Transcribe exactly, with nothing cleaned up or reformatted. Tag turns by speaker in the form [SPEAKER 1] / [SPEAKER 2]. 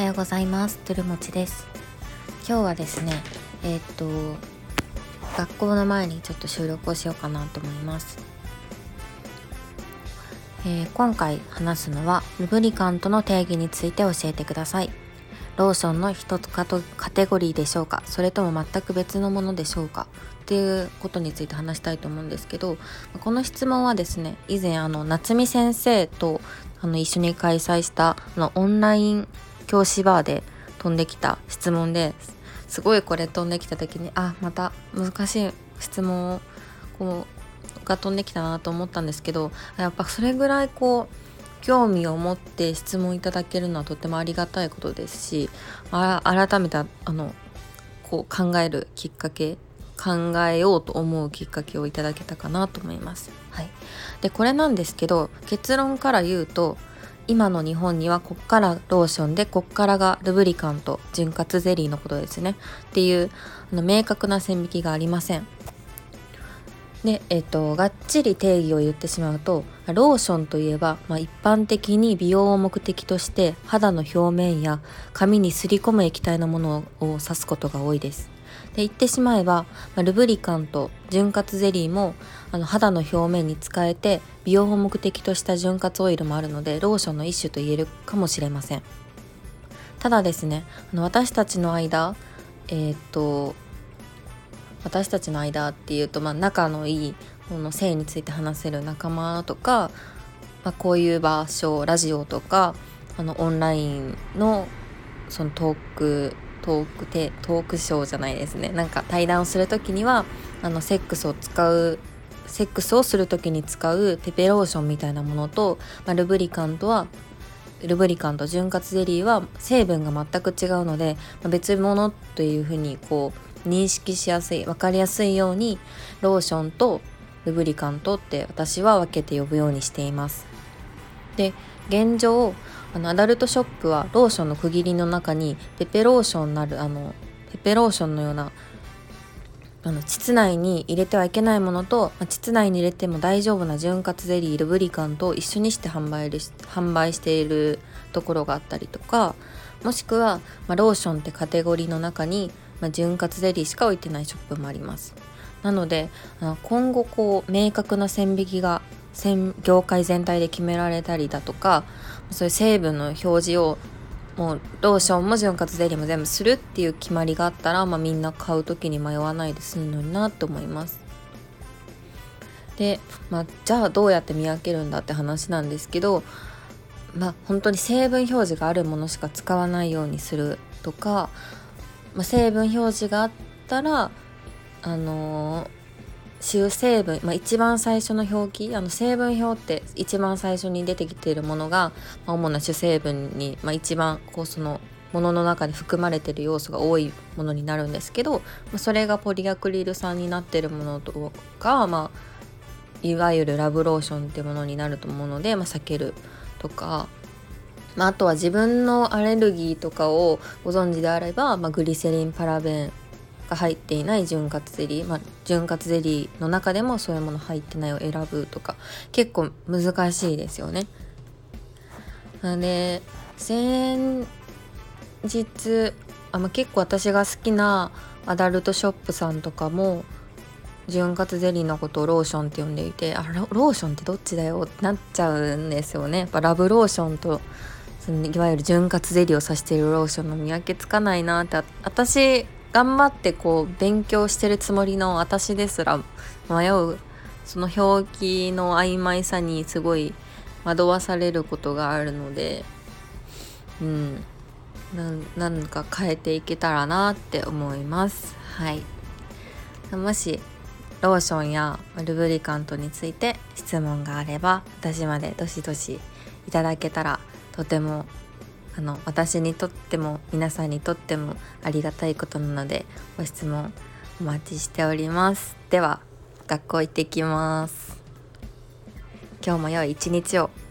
[SPEAKER 1] はようございます。トゥルモチです。今日はですねえー、っと学校の前にちょっと収録をしようかなと思います。えー、今回話すのはルブリカントの定義について教えてください。ローションの一つカテゴリーでしょうか、それとも全く別のものでしょうかっていうことについて話したいと思うんですけど、この質問はですね、以前あの夏美先生とあの一緒に開催したあのオンライン教師バーで飛んできた質問で、すごいこれ飛んできた時にあまた難しい質問をこうが飛んできたなと思ったんですけど、やっぱそれぐらいこう興味を持って質問いただけるのはとてもありがたいことですし、あ改めてあのこう考えるきっかけ考えようと思うきっかけをいただけたかなと思います。はい、でこれなんですけど、結論から言うと、今の日本にはこっからローションでこっからがルブリカント潤滑ゼリーのことですねっていうあの明確な線引きがありません。で、えっと、がっちり定義を言ってしまうと、ローションといえば、まあ、一般的に美容を目的として肌の表面や髪にすり込む液体のものを指すことが多いです。で言ってしまえば、まあ、ルブリカント潤滑ゼリーもあの肌の表面に使えて美容を目的とした潤滑オイルもあるので、ローションの一種と言えるかもしれません。ただですね、あの私たちの間えー、っと私たちの間っていうと、まあ、仲のいいこの性について話せる仲間とか、まあ、こういう場所ラジオとかあのオンラインのそのトークトークテトークショーじゃないですね、なんか対談をするときにはあのセックスを使うセックスをするときに使うペペローションみたいなものと、まあ、ルブリカントはルブリカント潤滑ゼリーは成分が全く違うので、まあ、別物というふうにこう認識しやすい分かりやすいようにローションとルブリカントって私は分けて呼ぶようにしています。で現状あのアダルトショップはローションの区切りの中にペペローションなるあのペペローションのようなあの膣内に入れてはいけないものと、まあ、膣内に入れても大丈夫な潤滑ゼリールブリカントを一緒にして販売る販売しているところがあったりとか、もしくは、まあ、ローションってカテゴリーの中にまあ、潤滑ゼリーしか置いてないショップもあります。なので今後こう明確な線引きが業界全体で決められたりだとか、そういう成分の表示をもうローションも潤滑ゼリーも全部するっていう決まりがあったら、まあ、みんな買う時に迷わないで済むのになと思います。で、まあ、じゃあどうやって見分けるんだって話なんですけど、まあ、本当に成分表示があるものしか使わないようにするとか、まあ、成分表示があったらあのー、主成分、まあ、一番最初の表記あの成分表って一番最初に出てきているものが、まあ、主な主成分に、まあ、一番こうそのものの中に含まれている要素が多いものになるんですけど、まあ、それがポリアクリル酸になっているものとか、まあ、いわゆるラブローションっていうものになると思うので、まあ、避けるとか、まあ、あとは自分のアレルギーとかをご存知であれば、まあ、グリセリンパラベンが入っていない潤滑ゼリー、まあ、潤滑ゼリーの中でもそういうもの入ってないを選ぶとか結構難しいですよね。なので先日あ、まあ、結構私が好きなアダルトショップさんとかも潤滑ゼリーのことをローションって呼んでいて、あ ロ, ローションってどっちだよってなっちゃうんですよね。やっぱラブローションとそのいわゆる潤滑ゼリーを指しているローションの見分けつかないなって、私頑張ってこう勉強してるつもりの私ですら迷う、その表記の曖昧さにすごい惑わされることがあるので、うんな、なんか変えていけたらなって思います。はい、もしローションやルブリカントについて質問があれば私までどしどしいただけたらとてもあの私にとっても皆さんにとってもありがたいことなので、ご質問お待ちしております。では学校行ってきます。今日も良い一日を。